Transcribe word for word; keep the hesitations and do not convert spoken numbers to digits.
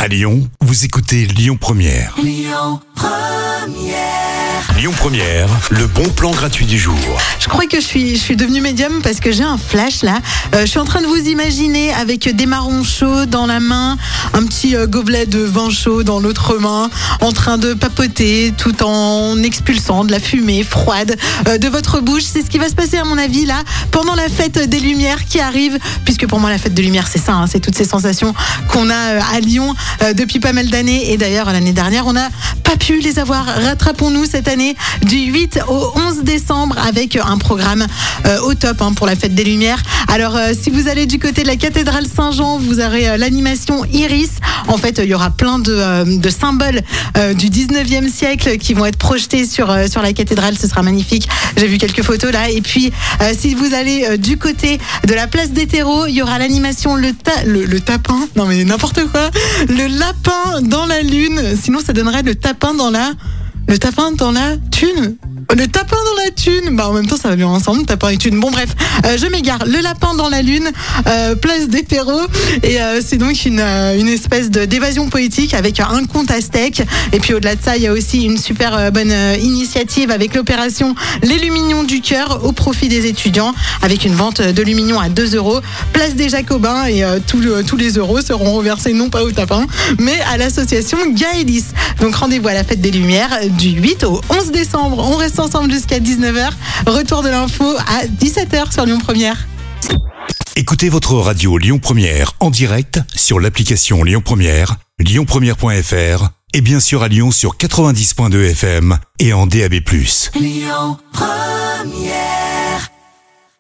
À Lyon, vous écoutez Lyon Première. Lyon Première. Lyon Première, le bon plan gratuit du jour. Je crois que je suis, je suis devenue médium parce que j'ai un flash là. Euh, je suis en train de vous imaginer avec des marrons chauds dans la main, un petit euh, gobelet de vin chaud dans l'autre main, en train de papoter tout en expulsant de la fumée froide euh, de votre bouche. C'est ce qui va se passer à mon avis là pendant la fête des Lumières qui arrive, puisque pour moi la fête des Lumières c'est ça, hein, c'est toutes ces sensations qu'on a euh, à Lyon euh, depuis pas mal d'années. Et d'ailleurs l'année dernière on n'a pas pu les avoir. Rattrapons-nous cette année du huit au onze décembre avec un programme euh, au top hein, pour la fête des Lumières. Alors euh, si vous allez du côté de la cathédrale Saint-Jean, vous aurez euh, l'animation Iris. En fait, il y aura plein de, euh, de symboles euh, du dix-neuvième siècle qui vont être projetés sur, euh, sur la cathédrale. Ce sera magnifique. J'ai vu quelques photos là. Et puis, euh, si vous allez euh, du côté de la place des terreaux, il y aura l'animation le, ta- le, le tapin. Non mais n'importe quoi. Le lapin dans la lune. Sinon, ça donnerait le tapin dans la... Le tapin dans la thune. Le tapin dans la thune. Bah en même temps ça va bien ensemble, tapin et thune. Bon bref, euh, je m'égare. Le lapin dans la lune, euh, place des terreaux. Et euh, c'est donc une, euh, une espèce de, d'évasion poétique avec un conte aztèque. Et puis au-delà de ça, il y a aussi une super euh, bonne euh, initiative avec l'opération Les Luminions du Cœur au profit des étudiants, avec une vente de Luminions à deux euros. Place des Jacobins et euh, tout le, tous les euros seront reversés non pas au tapin, mais à l'association Gaëlis. Donc rendez-vous à la fête des Lumières du huit au onze décembre. On reste ensemble jusqu'à dix-neuf heures. Retour de l'info à dix-sept heures sur Lyon Première. Écoutez votre radio Lyon Première en direct sur l'application Lyon Première, lyon première point f r et bien sûr à Lyon sur quatre-vingt-dix point deux F M et en D A B plus. Lyon Première.